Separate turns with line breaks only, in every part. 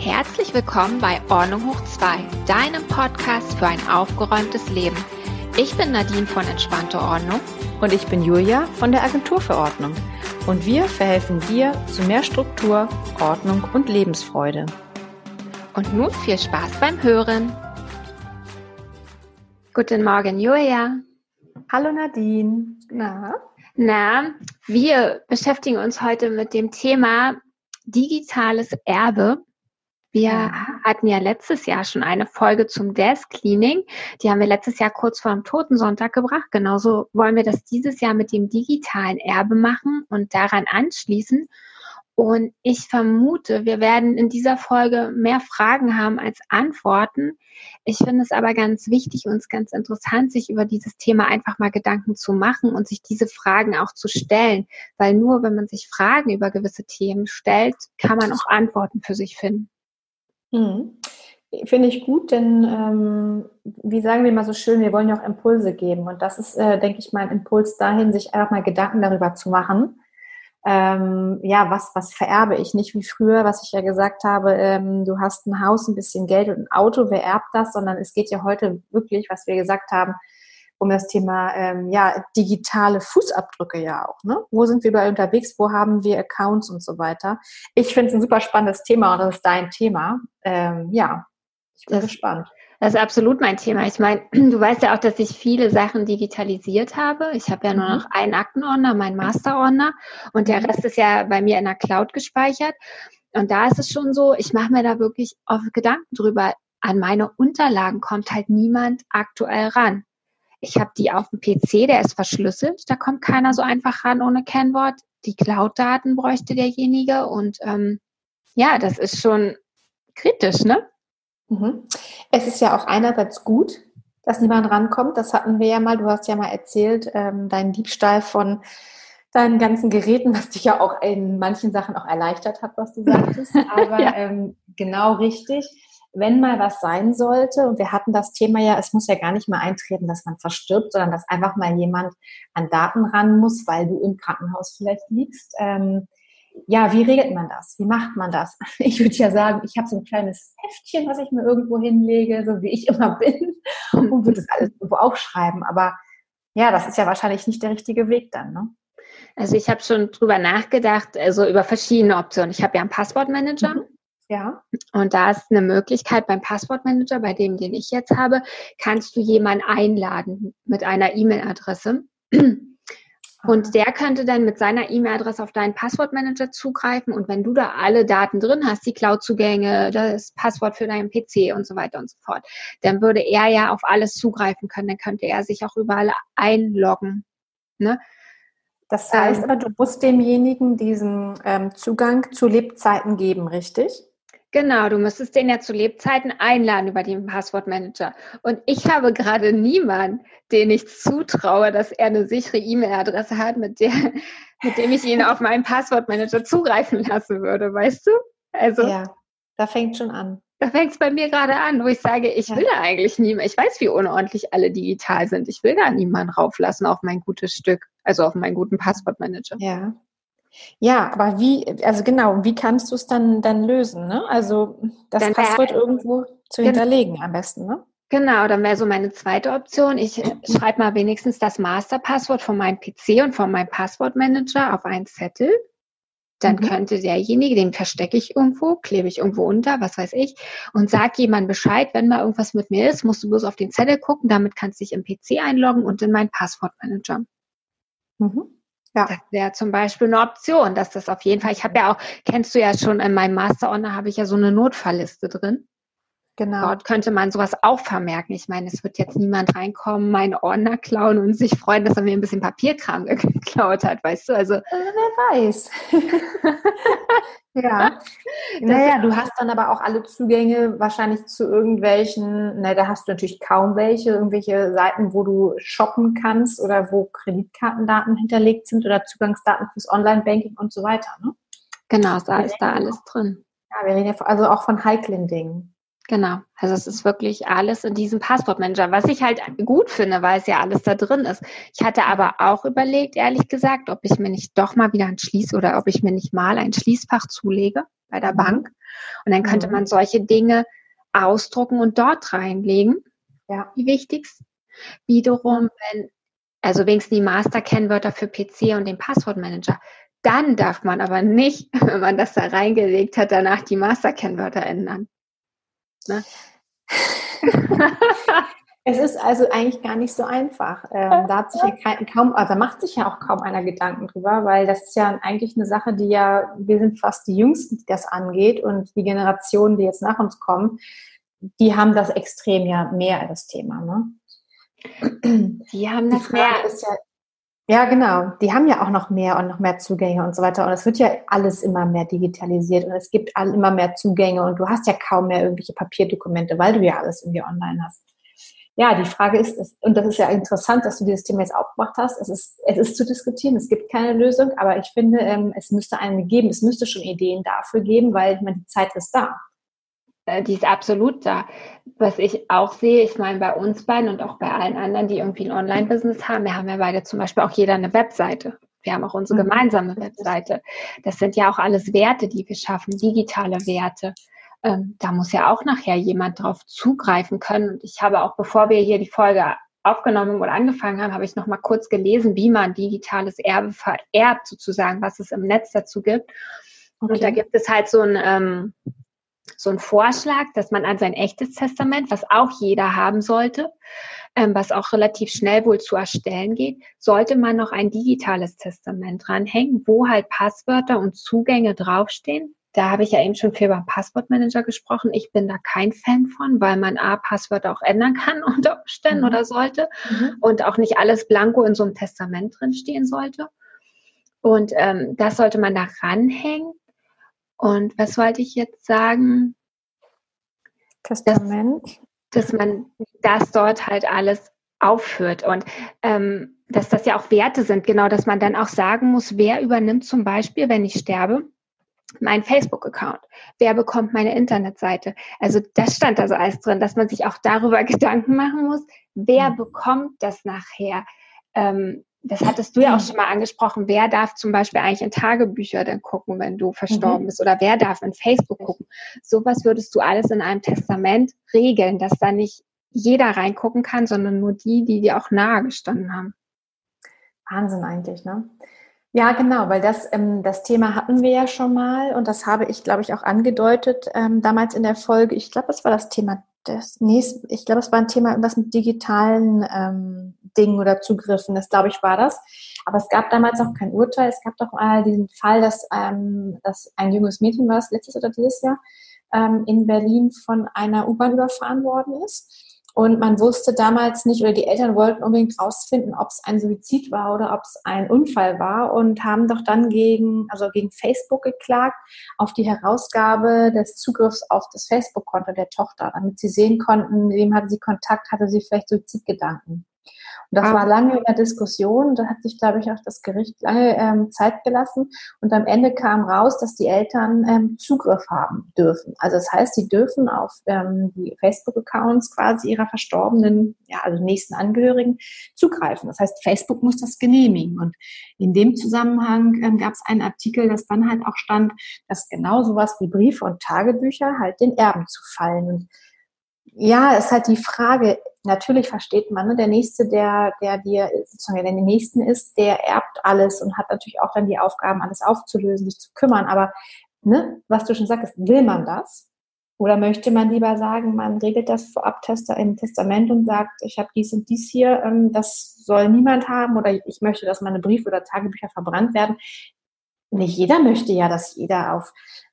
Herzlich willkommen bei Ordnung hoch 2, deinem Podcast für ein aufgeräumtes Leben. Ich bin Nadine von Entspannte Ordnung.
Und ich bin Julia von der Agentur für Ordnung. Und wir verhelfen dir zu mehr Struktur, Ordnung und Lebensfreude.
Und nun viel Spaß beim Hören. Guten Morgen, Julia.
Hallo Nadine.
Na, wir beschäftigen uns heute mit dem Thema digitales Erbe. Wir hatten ja letztes Jahr schon eine Folge zum Desk Cleaning. Die haben wir letztes Jahr kurz vor dem Totensonntag gebracht. Genauso wollen wir das dieses Jahr mit dem digitalen Erbe machen und daran anschließen. Und ich vermute, wir werden in dieser Folge mehr Fragen haben als Antworten. Ich finde es aber ganz wichtig und ganz interessant, sich über dieses Thema einfach mal Gedanken zu machen und sich diese Fragen auch zu stellen. Weil nur wenn man sich Fragen über gewisse Themen stellt, kann man auch Antworten für sich finden.
Finde ich gut, denn wie sagen wir mal so schön, wir wollen ja auch Impulse geben. Und das ist, denke ich, mein Impuls dahin, sich einfach mal Gedanken darüber zu machen. Was vererbe ich? Nicht wie früher, was ich ja gesagt habe, du hast ein Haus, ein bisschen Geld und ein Auto, wer erbt das? Sondern es geht ja heute wirklich, was wir gesagt haben, um das Thema digitale Fußabdrücke ja auch. Ne? Wo sind wir überall unterwegs? Wo haben wir Accounts und so weiter? Ich finde es ein super spannendes Thema und das ist dein Thema. Ich bin gespannt.
Das ist absolut mein Thema. Ich meine, du weißt ja auch, dass ich viele Sachen digitalisiert habe. Ich habe ja nur noch einen Aktenordner, meinen Masterordner, und der Rest ist ja bei mir in der Cloud gespeichert. Und da ist es schon so, ich mache mir da wirklich oft Gedanken drüber. An meine Unterlagen kommt halt niemand aktuell ran. Ich habe die auf dem PC, der ist verschlüsselt. Da kommt keiner so einfach ran ohne Kennwort. Die Cloud-Daten bräuchte derjenige. Und das ist schon kritisch, ne?
Es ist ja auch einerseits gut, dass niemand rankommt. Das hatten wir ja mal. Du hast ja mal erzählt, deinen Diebstahl von deinen ganzen Geräten, was dich ja auch in manchen Sachen auch erleichtert hat, was du sagtest. Aber genau richtig. Wenn mal was sein sollte, und wir hatten das Thema ja, es muss ja gar nicht mal eintreten, dass man verstirbt, sondern dass einfach mal jemand an Daten ran muss, weil du im Krankenhaus vielleicht liegst. Wie regelt man das? Wie macht man das? Ich würde ja sagen, ich habe so ein kleines Heftchen, was ich mir irgendwo hinlege, so wie ich immer bin, und würde das alles irgendwo aufschreiben. Aber ja, das ist ja wahrscheinlich nicht der richtige Weg dann, ne?
Also ich habe schon drüber nachgedacht, also über verschiedene Optionen. Ich habe ja einen Passwortmanager.
Ja. Und
da ist eine Möglichkeit beim Passwortmanager, bei dem, den ich jetzt habe, kannst du jemanden einladen mit einer E-Mail-Adresse. Und der könnte dann mit seiner E-Mail-Adresse auf deinen Passwortmanager zugreifen. Und wenn du da alle Daten drin hast, die Cloud-Zugänge, das Passwort für deinen PC und so weiter und so fort, dann würde er ja auf alles zugreifen können. Dann könnte er sich auch überall einloggen. Ne?
Das heißt aber, du musst demjenigen diesen Zugang zu Lebzeiten geben, richtig?
Genau, du müsstest den ja zu Lebzeiten einladen über den Passwortmanager. Und ich habe gerade niemanden, den ich zutraue, dass er eine sichere E-Mail-Adresse hat, mit dem ich ihn auf meinen Passwortmanager zugreifen lassen würde, weißt du? Also,
ja, da fängt schon an.
Da fängt es bei mir gerade an, wo ich sage, ich will da eigentlich niemanden. Ich weiß, wie unordentlich alle digital sind. Ich will da niemanden rauflassen auf mein gutes Stück, also auf meinen guten Passwortmanager.
Ja, aber wie kannst du es dann lösen, ne? Also das dann Passwort irgendwo zu hinterlegen am besten, ne?
Genau, dann wäre so meine zweite Option. Ich schreibe mal wenigstens das Masterpasswort von meinem PC und von meinem Passwortmanager auf einen Zettel. Dann könnte derjenige, den verstecke ich irgendwo, klebe ich irgendwo unter, was weiß ich, und sag jemandem Bescheid, wenn mal irgendwas mit mir ist, musst du bloß auf den Zettel gucken, damit kannst du dich im PC einloggen und in meinen Passwortmanager. Ja. Das wäre zum Beispiel eine Option, dass das auf jeden Fall, ich habe ja auch, kennst du ja schon, in meinem Master-Ordner habe ich ja so eine Notfallliste drin. Genau. Dort könnte man sowas auch vermerken. Ich meine, es wird jetzt niemand reinkommen, meinen Ordner klauen und sich freuen, dass er mir ein bisschen Papierkram geklaut hat, weißt du? Also
wer weiß. Ja. Naja, du hast dann aber auch alle Zugänge wahrscheinlich zu irgendwelchen, da hast du natürlich kaum irgendwelche Seiten, wo du shoppen kannst oder wo Kreditkartendaten hinterlegt sind oder Zugangsdaten fürs Online-Banking und so weiter, ne?
Genau, da ist da alles drin.
Ja, wir reden ja also auch von heiklen Dingen.
Genau, also es ist wirklich alles in diesem Passwortmanager, was ich halt gut finde, weil es ja alles da drin ist. Ich hatte aber auch überlegt, ehrlich gesagt, ob ich mir nicht doch mal wieder ob ich mir nicht mal ein Schließfach zulege. bei der Bank. Und dann könnte man solche Dinge ausdrucken und dort reinlegen, die wichtigsten. Wiederum, also wenigstens die Master-Kennwörter für PC und den Passwortmanager. Dann darf man aber nicht, wenn man das da reingelegt hat, danach die Master-Kennwörter ändern. Ne?
Es ist also eigentlich gar nicht so einfach. Da hat sich ja macht sich ja auch kaum einer Gedanken drüber, weil das ist ja eigentlich eine Sache, wir sind fast die Jüngsten, die das angeht, und die Generationen, die jetzt nach uns kommen, die haben das extrem mehr, das Thema, ne?
Die haben das mehr.
Ja, genau. Die haben ja auch noch mehr und noch mehr Zugänge und so weiter. Und es wird ja alles immer mehr digitalisiert und es gibt immer mehr Zugänge und du hast ja kaum mehr irgendwelche Papierdokumente, weil du ja alles irgendwie online hast. Ja, die Frage ist, und das ist ja interessant, dass du dieses Thema jetzt aufgemacht hast, es ist zu diskutieren, es gibt keine Lösung, aber ich finde, es müsste eine geben, es müsste schon Ideen dafür geben, weil die Zeit ist da.
Die ist absolut da. Was ich auch sehe, ich meine, bei uns beiden und auch bei allen anderen, die irgendwie ein Online-Business haben, wir haben ja beide zum Beispiel auch jeder eine Webseite. Wir haben auch unsere gemeinsame Webseite. Das sind ja auch alles Werte, die wir schaffen, digitale Werte. Da muss ja auch nachher jemand drauf zugreifen können. Und ich habe auch, bevor wir hier die Folge aufgenommen oder angefangen haben, habe ich noch mal kurz gelesen, wie man digitales Erbe vererbt, sozusagen, was es im Netz dazu gibt. Okay. Und da gibt es halt so ein Vorschlag, dass man an sein echtes Testament, was auch jeder haben sollte, was auch relativ schnell wohl zu erstellen geht, sollte man noch ein digitales Testament dranhängen, wo halt Passwörter und Zugänge draufstehen. Da habe ich ja eben schon viel über Passwortmanager gesprochen. Ich bin da kein Fan von, weil man Passwörter auch ändern kann unter Umständen oder sollte und auch nicht alles blanko in so einem Testament drin stehen sollte. Und das sollte man da ranhängen. Und was wollte ich jetzt sagen?
Testament.
Dass man das dort halt alles aufführt und dass das ja auch Werte sind, genau, dass man dann auch sagen muss, wer übernimmt zum Beispiel, wenn ich sterbe, mein Facebook-Account, wer bekommt meine Internetseite. Also das stand da so alles drin, dass man sich auch darüber Gedanken machen muss, wer bekommt das nachher. Das hattest du ja auch schon mal angesprochen. Wer darf zum Beispiel eigentlich in Tagebücher dann gucken, wenn du verstorben bist? Oder wer darf in Facebook gucken? Sowas würdest du alles in einem Testament regeln, dass da nicht jeder reingucken kann, sondern nur die dir auch nahe gestanden haben.
Wahnsinn eigentlich, ne? Ja, genau, weil das Thema hatten wir ja schon mal und das habe ich, glaube ich, auch angedeutet damals in der Folge. Ich glaube, es war das Thema ich glaube, es war ein Thema, irgendwas mit digitalen Dingen oder Zugriffen, das glaube ich war das. Aber es gab damals auch kein Urteil. Es gab doch mal diesen Fall, dass ein junges Mädchen, war es letztes oder dieses Jahr, in Berlin von einer U-Bahn überfahren worden ist. Und man wusste damals nicht, oder die Eltern wollten unbedingt rausfinden, ob es ein Suizid war oder ob es ein Unfall war und haben doch dann gegen Facebook geklagt auf die Herausgabe des Zugriffs auf das Facebook-Konto der Tochter, damit sie sehen konnten, mit wem hatte sie Kontakt, hatte sie vielleicht Suizidgedanken. Und das war lange in der Diskussion. Da hat sich, glaube ich, auch das Gericht lange Zeit gelassen. Und am Ende kam raus, dass die Eltern Zugriff haben dürfen. Also das heißt, sie dürfen auf die Facebook-Accounts quasi ihrer verstorbenen, also nächsten Angehörigen zugreifen. Das heißt, Facebook muss das genehmigen. Und in dem Zusammenhang gab es einen Artikel, dass dann halt auch stand, dass genau sowas wie Briefe und Tagebücher halt den Erben zufallen. Und ja, ist halt die Frage, natürlich versteht man, ne, der Nächste, der dir sozusagen der Nächsten ist, der erbt alles und hat natürlich auch dann die Aufgaben, alles aufzulösen, sich zu kümmern. Aber ne, was du schon sagst, will man das? Oder möchte man lieber sagen, man regelt das vorab im Testament und sagt, ich habe dies und dies hier, das soll niemand haben oder ich möchte, dass meine Briefe oder Tagebücher verbrannt werden. Nicht jeder möchte ja, dass jeder auf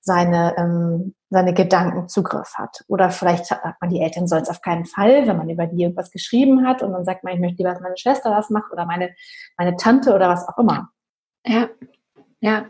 seine Gedanken Zugriff hat. Oder vielleicht sagt man, die Eltern sollen es auf keinen Fall, wenn man über die irgendwas geschrieben hat und dann sagt man, ich möchte lieber, dass meine Schwester das macht oder meine Tante oder was auch immer.
Ja. Ja,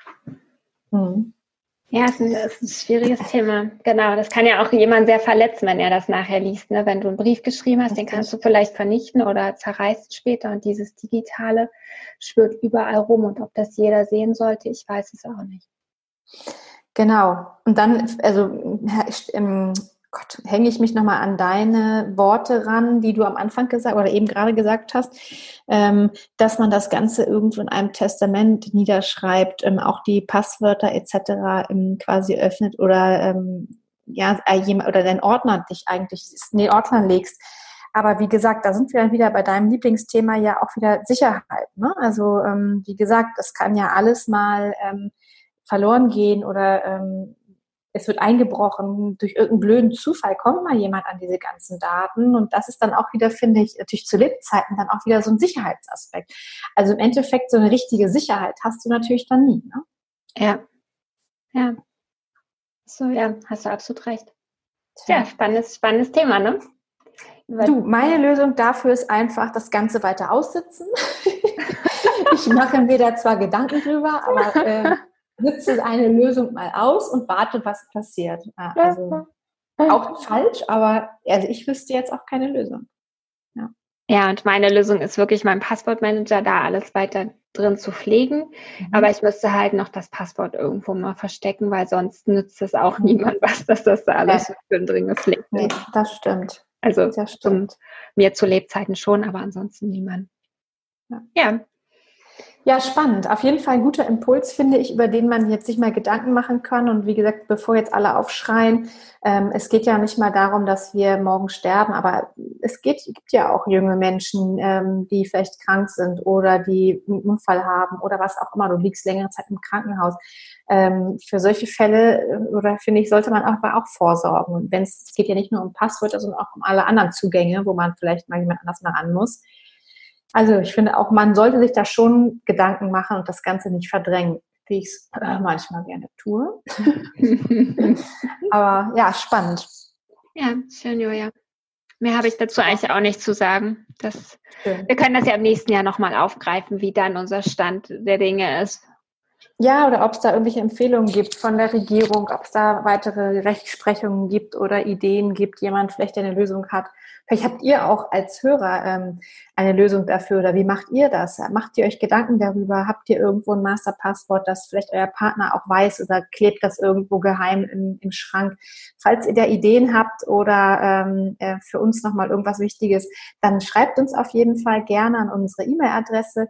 es ist ein schwieriges Thema. Genau, das kann ja auch jemand sehr verletzen, wenn er das nachher liest. Ne? Wenn du einen Brief geschrieben hast, den kannst du vielleicht vernichten oder zerreißen später und dieses Digitale schwirrt überall rum und ob das jeder sehen sollte, ich weiß es auch nicht.
Genau. Und dann, also Gott, hänge ich mich nochmal an deine Worte ran, die du am Anfang gesagt oder eben gerade gesagt hast, dass man das Ganze irgendwo in einem Testament niederschreibt, auch die Passwörter etc. Quasi öffnet oder oder den Ordner dich eigentlich in den Ordner legst. Aber wie gesagt, da sind wir dann wieder bei deinem Lieblingsthema ja auch wieder Sicherheit. Ne? Also wie gesagt, das kann ja alles mal verloren gehen oder es wird eingebrochen, durch irgendeinen blöden Zufall kommt mal jemand an diese ganzen Daten und das ist dann auch wieder, finde ich, natürlich zu Lebzeiten dann auch wieder so ein Sicherheitsaspekt. Also im Endeffekt so eine richtige Sicherheit hast du natürlich dann nie. Ne?
Ja. So, ja, hast du absolut recht. Ja, spannendes Thema, ne?
Du, meine Lösung dafür ist einfach, das Ganze weiter aussitzen. Ich mache mir da zwar Gedanken drüber, aber sitze eine Lösung mal aus und warte, was passiert. Also auch falsch, aber also ich wüsste jetzt auch keine Lösung.
Ja, und meine Lösung ist wirklich, mein Passwortmanager da alles weiter drin zu pflegen. Aber ich müsste halt noch das Passwort irgendwo mal verstecken, weil sonst nützt es auch niemand was, dass das da alles drin gepflegt wird.
Nee, das stimmt.
Also mir zu Lebzeiten schon, aber ansonsten niemand.
Ja, spannend. Auf jeden Fall ein guter Impuls, finde ich, über den man jetzt sich mal Gedanken machen kann. Und wie gesagt, bevor jetzt alle aufschreien, es geht ja nicht mal darum, dass wir morgen sterben, aber es gibt ja auch junge Menschen, die vielleicht krank sind oder die einen Unfall haben oder was auch immer. Du liegst längere Zeit im Krankenhaus. Für solche Fälle, oder finde ich, sollte man aber auch vorsorgen. Und es geht ja nicht nur um Passwörter, sondern auch um alle anderen Zugänge, wo man vielleicht mal jemand anders mal ran muss. Also ich finde auch, man sollte sich da schon Gedanken machen und das Ganze nicht verdrängen, wie ich es manchmal gerne tue. Aber ja, spannend.
Ja, schön, Julia. Mehr habe ich dazu eigentlich auch nicht zu sagen. Wir können das ja im nächsten Jahr nochmal aufgreifen, wie dann unser Stand der Dinge ist.
Ja, oder ob es da irgendwelche Empfehlungen gibt von der Regierung, ob es da weitere Rechtsprechungen gibt oder Ideen gibt, jemand vielleicht eine Lösung hat. Vielleicht habt ihr auch als Hörer eine Lösung dafür oder wie macht ihr das? Macht ihr euch Gedanken darüber? Habt ihr irgendwo ein Masterpasswort, das vielleicht euer Partner auch weiß oder klebt das irgendwo geheim im Schrank? Falls ihr da Ideen habt oder für uns nochmal irgendwas Wichtiges, dann schreibt uns auf jeden Fall gerne an unsere E-Mail-Adresse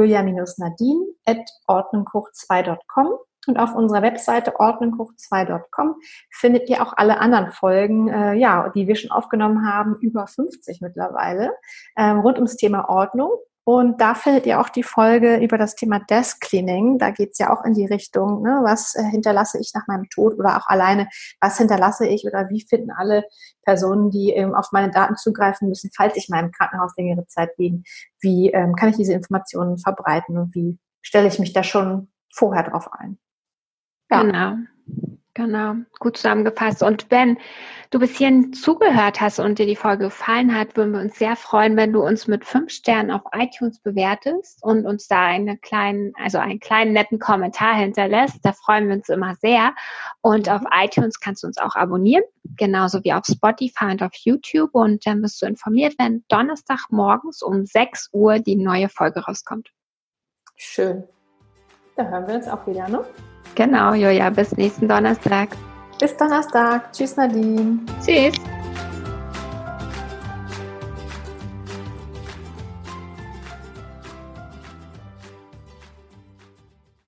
julia-nadine@ordnunghoch2.com. Und auf unserer Webseite ordnunghoch2.com findet ihr auch alle anderen Folgen, die wir schon aufgenommen haben, über 50 mittlerweile, rund ums Thema Ordnung. Und da findet ihr auch die Folge über das Thema Desk Cleaning. Da geht es ja auch in die Richtung, ne, was hinterlasse ich nach meinem Tod oder auch alleine, was hinterlasse ich oder wie finden alle Personen, die auf meine Daten zugreifen müssen, falls ich mal im Krankenhaus längere Zeit bin, wie kann ich diese Informationen verbreiten und wie stelle ich mich da schon vorher drauf ein.
Ja. Genau. Gut zusammengefasst. Und wenn du bis hierhin zugehört hast und dir die Folge gefallen hat, würden wir uns sehr freuen, wenn du uns mit 5 Sternen auf iTunes bewertest und uns da einen kleinen netten Kommentar hinterlässt. Da freuen wir uns immer sehr. Und auf iTunes kannst du uns auch abonnieren, genauso wie auf Spotify und auf YouTube. Und dann wirst du informiert, wenn Donnerstag morgens um 6 Uhr die neue Folge rauskommt.
Schön. Da hören wir uns auch wieder, ne?
Genau, Julia, bis nächsten Donnerstag.
Bis Donnerstag. Tschüss, Nadine.
Tschüss.